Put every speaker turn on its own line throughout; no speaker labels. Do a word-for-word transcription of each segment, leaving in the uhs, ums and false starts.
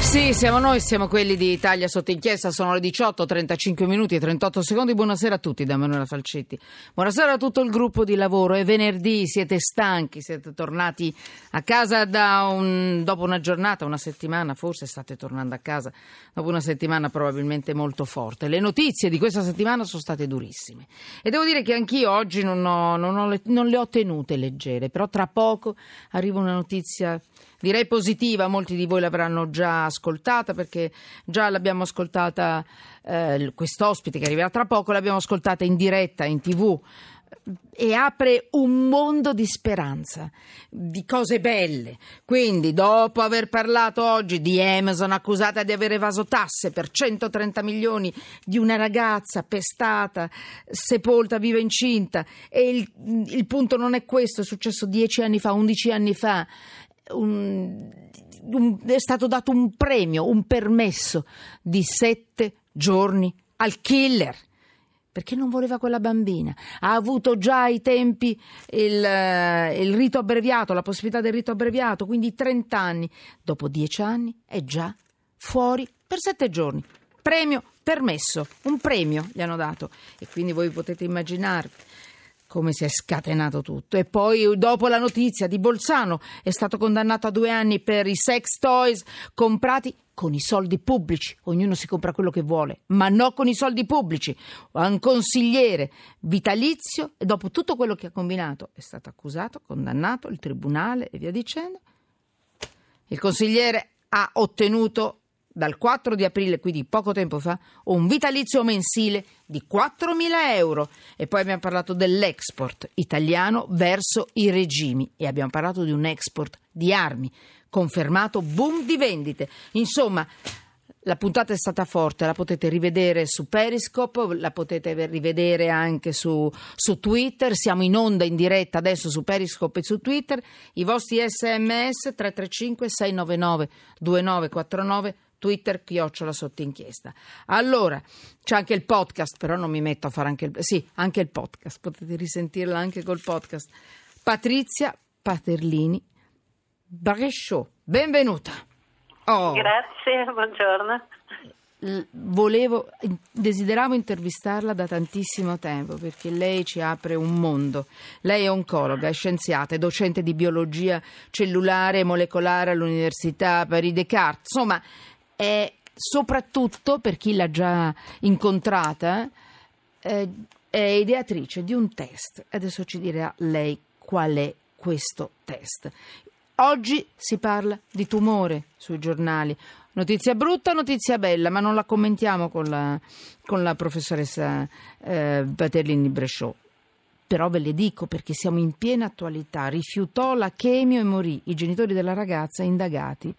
Sì, siamo noi, siamo quelli di Italia sotto inchiesta, sono le diciotto, trentacinque minuti e trentotto secondi. Buonasera a tutti da Emanuela Falcetti. Buonasera a tutto il gruppo di lavoro. È venerdì, siete stanchi, siete tornati a casa da un, dopo una giornata, una settimana, forse state tornando a casa dopo una settimana probabilmente molto forte. Le notizie di questa settimana sono state durissime e devo dire che anch'io oggi non, ho, non, ho le, non le ho tenute leggere, però tra poco arriva una notizia direi positiva, molti di voi l'avranno già ascoltata perché già l'abbiamo ascoltata, eh, quest'ospite che arriverà tra poco, l'abbiamo ascoltata in diretta in tivù e apre un mondo di speranza, di cose belle. Quindi dopo aver parlato oggi di Amazon accusata di aver evaso tasse per centotrenta milioni, di una ragazza pestata, sepolta viva incinta, e il, il punto non è questo, è successo dieci anni fa, undici anni fa. Un, un, è stato dato un premio, un permesso di sette giorni al killer perché non voleva quella bambina. Ha avuto già ai tempi il, il rito abbreviato, la possibilità del rito abbreviato, quindi trenta anni. Dopo dieci anni è già fuori per sette giorni. Premio, permesso, un premio gli hanno dato, e quindi voi potete immaginarvi come si è scatenato tutto. E poi dopo la notizia di Bolzano, è stato condannato a due anni per i sex toys comprati con i soldi pubblici. Ognuno si compra quello che vuole, ma no con i soldi pubblici. Un consigliere vitalizio, e dopo tutto quello che ha combinato è stato accusato, condannato, il tribunale e via dicendo. Il consigliere ha ottenuto dal quattro di aprile, quindi poco tempo fa, un vitalizio mensile di quattromila euro. E poi abbiamo parlato dell'export italiano verso i regimi e abbiamo parlato di un export di armi, confermato boom di vendite. Insomma, la puntata è stata forte, la potete rivedere su Periscope, la potete rivedere anche su, su Twitter, siamo in onda in diretta adesso su Periscope e su Twitter. I vostri sms tre tre cinque sei nove nove due nove quattro nove, Twitter chiocciola sotto inchiesta. Allora, c'è anche il podcast, però non mi metto a fare anche il... Sì, anche il podcast, potete risentirla anche col podcast. Patrizia Paterlini Bresciot, benvenuta. Oh.
Grazie, buongiorno.
Volevo, desideravo intervistarla da tantissimo tempo perché lei ci apre un mondo. Lei è oncologa, è scienziata, è docente di biologia cellulare e molecolare all'Università Paris Descartes. Insomma, è soprattutto, per chi l'ha già incontrata, è, è ideatrice di un test. Adesso ci dirà lei qual è questo test. Oggi si parla di tumore sui giornali. Notizia brutta, notizia bella, ma non la commentiamo con la, con la professoressa eh, Paterlini Bresciot. Però ve le dico perché siamo in piena attualità. Rifiutò la chemio e morì. I genitori della ragazza indagati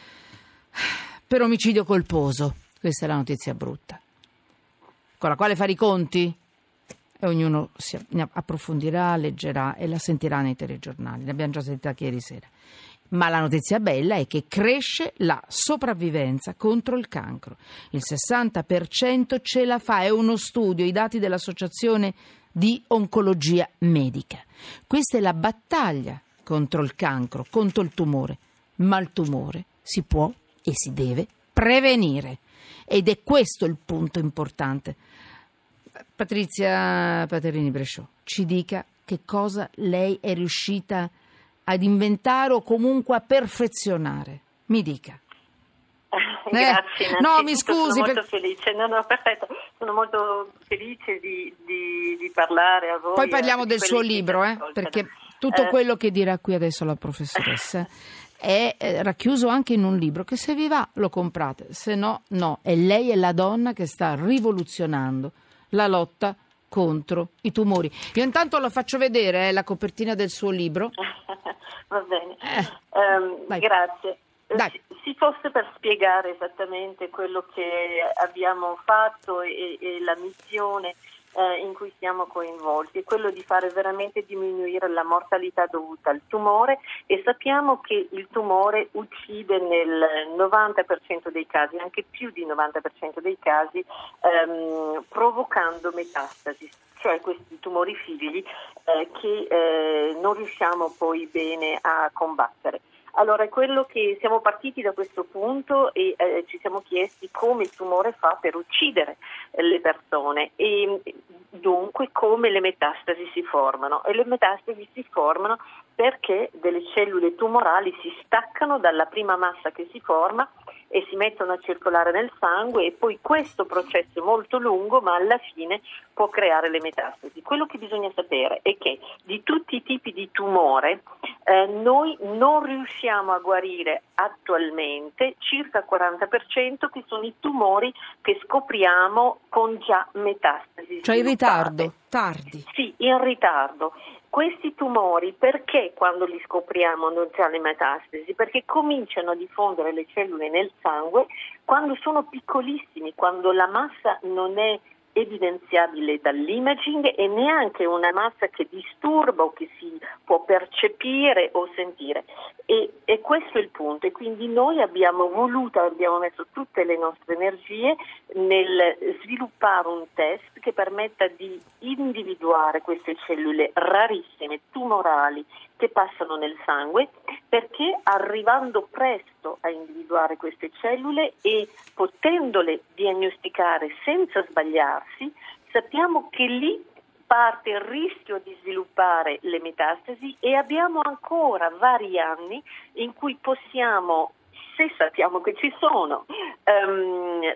per omicidio colposo. Questa è la notizia brutta, con la quale fare i conti e ognuno si approfondirà, leggerà e la sentirà nei telegiornali. Ne abbiamo già sentita ieri sera. Ma la notizia bella è che cresce la sopravvivenza contro il cancro. Il sessanta per cento ce la fa, è uno studio, i dati dell'Associazione di Oncologia Medica. Questa è la battaglia contro il cancro, contro il tumore. Ma il tumore si può e si deve prevenire. Ed è questo il punto importante. Patrizia Paterlini Bresciot, ci dica che cosa lei è riuscita ad inventare o comunque a perfezionare. Mi dica.
Grazie.
Eh, no, mi scusi.
Sono molto
per...
felice. No, no, perfetto. Sono molto felice di, di, di parlare a voi.
Poi parliamo del suo libro, eh, perché tutto eh. quello che dirà qui adesso la professoressa è racchiuso anche in un libro che se vi va lo comprate, se no, no. E lei è la donna che sta rivoluzionando la lotta contro i tumori. Io intanto la faccio vedere eh, la copertina del suo libro.
Va bene,
eh,
um, grazie.
Dai.
Si fosse per spiegare esattamente quello che abbiamo fatto e, e la missione eh, in cui siamo coinvolti, è quello di fare veramente diminuire la mortalità dovuta al tumore, e sappiamo che il tumore uccide nel novanta per cento dei casi, anche più di novanta per cento dei casi, ehm, provocando metastasi, cioè questi tumori fibili eh, che eh, non riusciamo poi bene a combattere. Allora, è quello che siamo partiti da questo punto e eh, ci siamo chiesti come il tumore fa per uccidere eh, le persone e dunque come le metastasi si formano. E le metastasi si formano perché delle cellule tumorali si staccano dalla prima massa che si forma e si mettono a circolare nel sangue e poi questo processo è molto lungo ma alla fine può creare le metastasi. Quello che bisogna sapere è che di tutti i tipi di tumore eh, noi non riusciamo a guarire attualmente circa il quaranta per cento che sono i tumori che scopriamo con già metastasi.
Cioè in ritardo, tardi.
Sì, in ritardo. Questi tumori perché quando li scopriamo non c'è le metastasi? Perché cominciano a diffondere le cellule nel sangue quando sono piccolissimi, quando la massa non è evidenziabile dall'imaging e neanche una massa che disturba o che si può percepire o sentire. E, e questo è il punto. E quindi noi abbiamo voluto, abbiamo messo tutte le nostre energie nel sviluppare un test che permetta di individuare queste cellule rarissime, tumorali, che passano nel sangue, perché arrivando presto a individuare queste cellule e potendole diagnosticare senza sbagliarsi, sappiamo che lì parte il rischio di sviluppare le metastasi e abbiamo ancora vari anni in cui possiamo, se sappiamo che ci sono, um,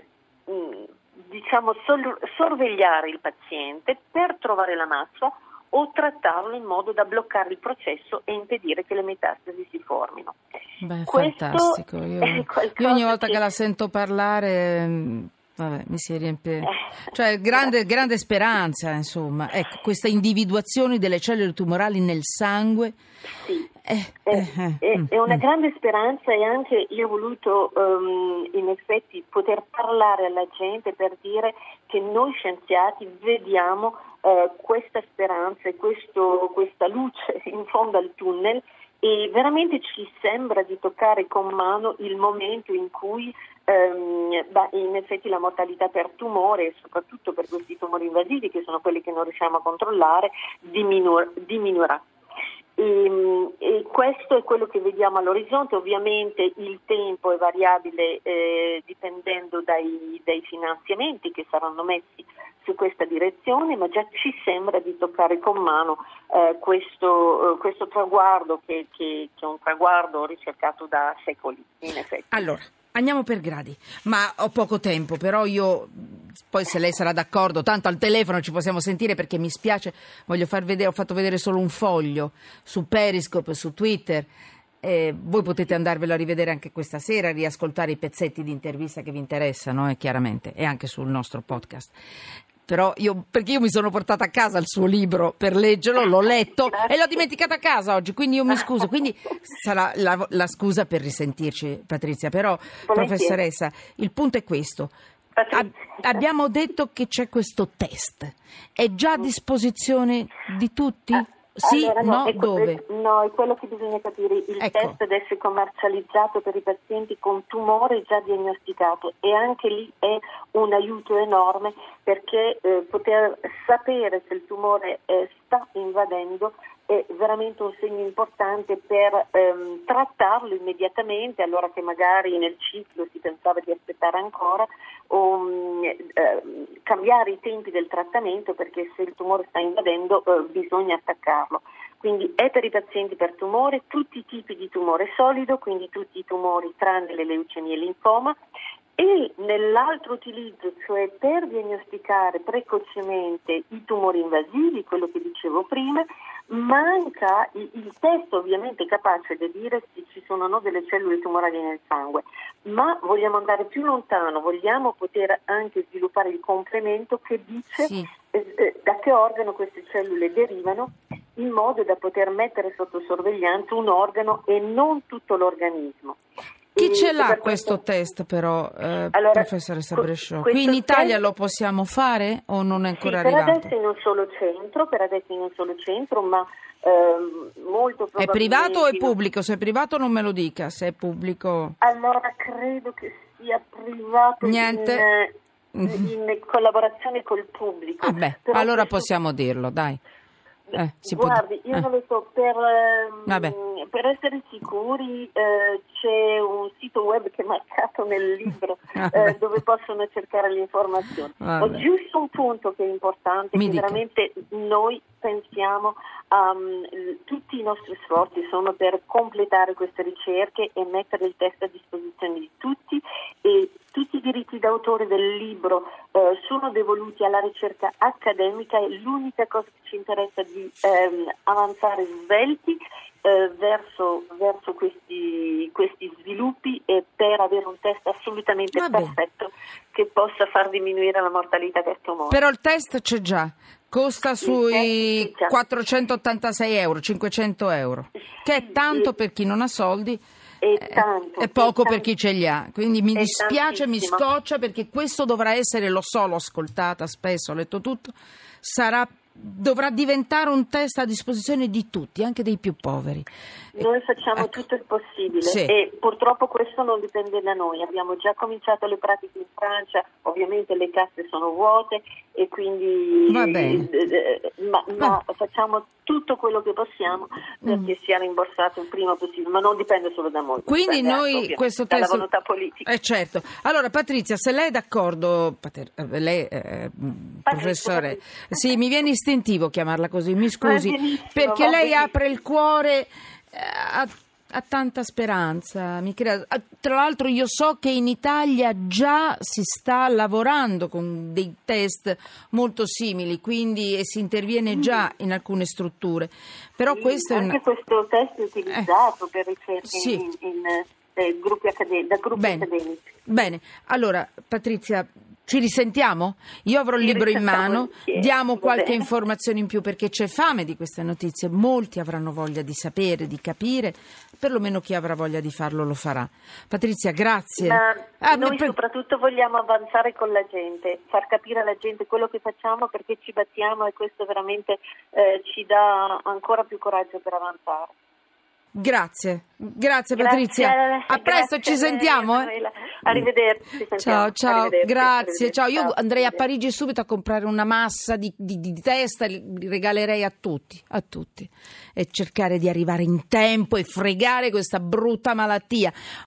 diciamo sol- sorvegliare il paziente per trovare la massa o trattarlo in modo da bloccare il processo e impedire che le metastasi si formino.
Beh,
Questo
fantastico. Io, io ogni volta che... che la sento parlare, vabbè, mi si riempie. Cioè, grande, grande speranza, insomma. Ecco, questa individuazione delle cellule tumorali nel sangue.
Sì.
Eh,
è,
eh,
è,
mm,
è una
mm.
grande speranza e anche io ho voluto um, in effetti poter parlare alla gente per dire che noi scienziati vediamo uh, questa speranza e questo, questa luce in fondo al tunnel e veramente ci sembra di toccare con mano il momento in cui um, bah, in effetti la mortalità per tumore e soprattutto per questi tumori invasivi che sono quelli che non riusciamo a controllare diminu- diminuirà. E, e questo è quello che vediamo all'orizzonte. Ovviamente il tempo è variabile eh, dipendendo dai, dai finanziamenti che saranno messi su questa direzione, ma già ci sembra di toccare con mano eh, questo, eh, questo traguardo che, che, che è un traguardo ricercato da secoli, in effetti.
Allora, andiamo per gradi, ma ho poco tempo, però io, poi se lei sarà d'accordo, tanto al telefono ci possiamo sentire perché mi spiace, voglio far vedere, ho fatto vedere solo un foglio su Periscope, su Twitter, eh, voi potete andarvelo a rivedere anche questa sera, riascoltare i pezzetti di intervista che vi interessano, eh, chiaramente, e anche sul nostro podcast. Però io, perché io mi sono portata a casa il suo libro per leggerlo, l'ho letto e l'ho dimenticato a casa oggi, quindi io mi scuso, quindi sarà la, la scusa per risentirci, Patrizia, però professoressa, il punto è questo. Ab- abbiamo detto che c'è questo test, è già a disposizione di tutti? Sì,
allora, no,
no,
è,
dove?
È, no, è quello che bisogna capire. Il
ecco.
test deve essere commercializzato per i pazienti con tumore già diagnosticato e anche lì è un aiuto enorme perché eh, poter sapere se il tumore eh, sta invadendo è veramente un segno importante per ehm, trattarlo immediatamente, allora che magari nel ciclo si pensava di aspettare ancora, o mh, eh, cambiare i tempi del trattamento perché se il tumore sta invadendo eh, bisogna attaccarlo. Quindi è per i pazienti per tumore, tutti i tipi di tumore solido, quindi tutti i tumori tranne le leucemie e il linfoma. E nell'altro utilizzo, cioè per diagnosticare precocemente i tumori invasivi, quello che dicevo prima, manca il, il test ovviamente capace di dire se ci sono o no delle cellule tumorali nel sangue, ma vogliamo andare più lontano, vogliamo poter anche sviluppare il complemento che dice
sì.
eh, da che organo queste cellule derivano, in modo da poter mettere sotto sorveglianza un organo e non tutto l'organismo.
Chi ce l'ha questo test però, eh,
allora,
professoressa Bresciò? Qui in Italia
test...
lo possiamo fare o non è ancora
sì,
arrivato?
Per adesso in un solo centro, per adesso in un solo centro, ma ehm, molto probabilmente...
È privato o è pubblico? Se è privato non me lo dica, se è pubblico...
Allora credo che sia privato.
Niente.
In, in collaborazione col pubblico.
Ah beh,
però
allora
questo...
possiamo dirlo, dai. Eh, si
Guardi,
può...
io
eh.
non lo so, per, ehm, per essere sicuri eh, c'è un sito web che è marcato nel libro eh, dove possono cercare le informazioni. Ho giusto un punto che è importante,
Mi
che
dica.
veramente noi pensiamo, um, tutti i nostri sforzi sono per completare queste ricerche e mettere il testo a disposizione di tutti, e tutti i diritti d'autore del libro eh, sono devoluti alla ricerca accademica, e l'unica cosa che ci interessa è di ehm, avanzare svelti eh, verso, verso questi, questi sviluppi, e per avere un test assolutamente
Va bene.
perfetto che possa far diminuire la mortalità per tumore.
Però il test c'è già, costa sui
c'è già.
quattrocentottantasei euro, cinquecento euro, che è tanto
sì.
per chi non ha soldi.
È tanto,
è poco
è
per chi ce li ha, quindi mi
è
dispiace, mi
tantissimo.
scoccia, perché questo dovrà essere, lo so, l'ho ascoltata spesso, ho letto tutto, sarà, dovrà diventare un test a disposizione di tutti, anche dei più poveri.
Noi facciamo
ecco.
tutto il possibile,
Sì.
e purtroppo questo non dipende da noi. Abbiamo già cominciato le pratiche in Francia, ovviamente le casse sono vuote e quindi
Va bene.
eh, ma, ma
Ah.
facciamo tutto quello che possiamo perché mm. sia rimborsato il prima possibile, ma non dipende solo da noi.
Quindi
dipende
noi
anche,
questo
dalla
test...
volontà politica.
Eh certo. Allora Patrizia, se lei è d'accordo, Pater... lei eh, professore, sì, mi viene istintivo chiamarla così, mi scusi, perché lei
benissimo.
apre il cuore a, a tanta speranza, mi crea... Tra l'altro io so che in Italia già si sta lavorando con dei test molto simili, quindi e si interviene già in alcune strutture. Però
sì,
questo è
anche
una...
questo test è utilizzato eh. per ricerche
sì.
in, in eh, gruppi accademici, da gruppi
Bene.
accademici.
Bene, allora Patrizia, ci risentiamo? Io avrò il
Ci
libro in mano,
volentieri.
diamo
Va
qualche
bene.
informazione in più, perché c'è fame di queste notizie, molti avranno voglia di sapere, di capire, perlomeno chi avrà voglia di farlo lo farà. Patrizia, grazie.
Ma
Ah,
noi
per...
soprattutto vogliamo avanzare con la gente, far capire alla gente quello che facciamo, perché ci battiamo, e questo veramente eh, ci dà ancora più coraggio per avanzare.
Grazie, grazie
Grazie,
Patrizia. A presto,
grazie,
ci sentiamo. Eh?
Arrivederci. Ci
Ciao, ciao,
arrivederci,
grazie.
arrivederci.
Ciao. Io
Ciao,
andrei a Parigi subito a comprare una massa di, di, di testa, li regalerei a tutti, a tutti, e cercare di arrivare in tempo e fregare questa brutta malattia.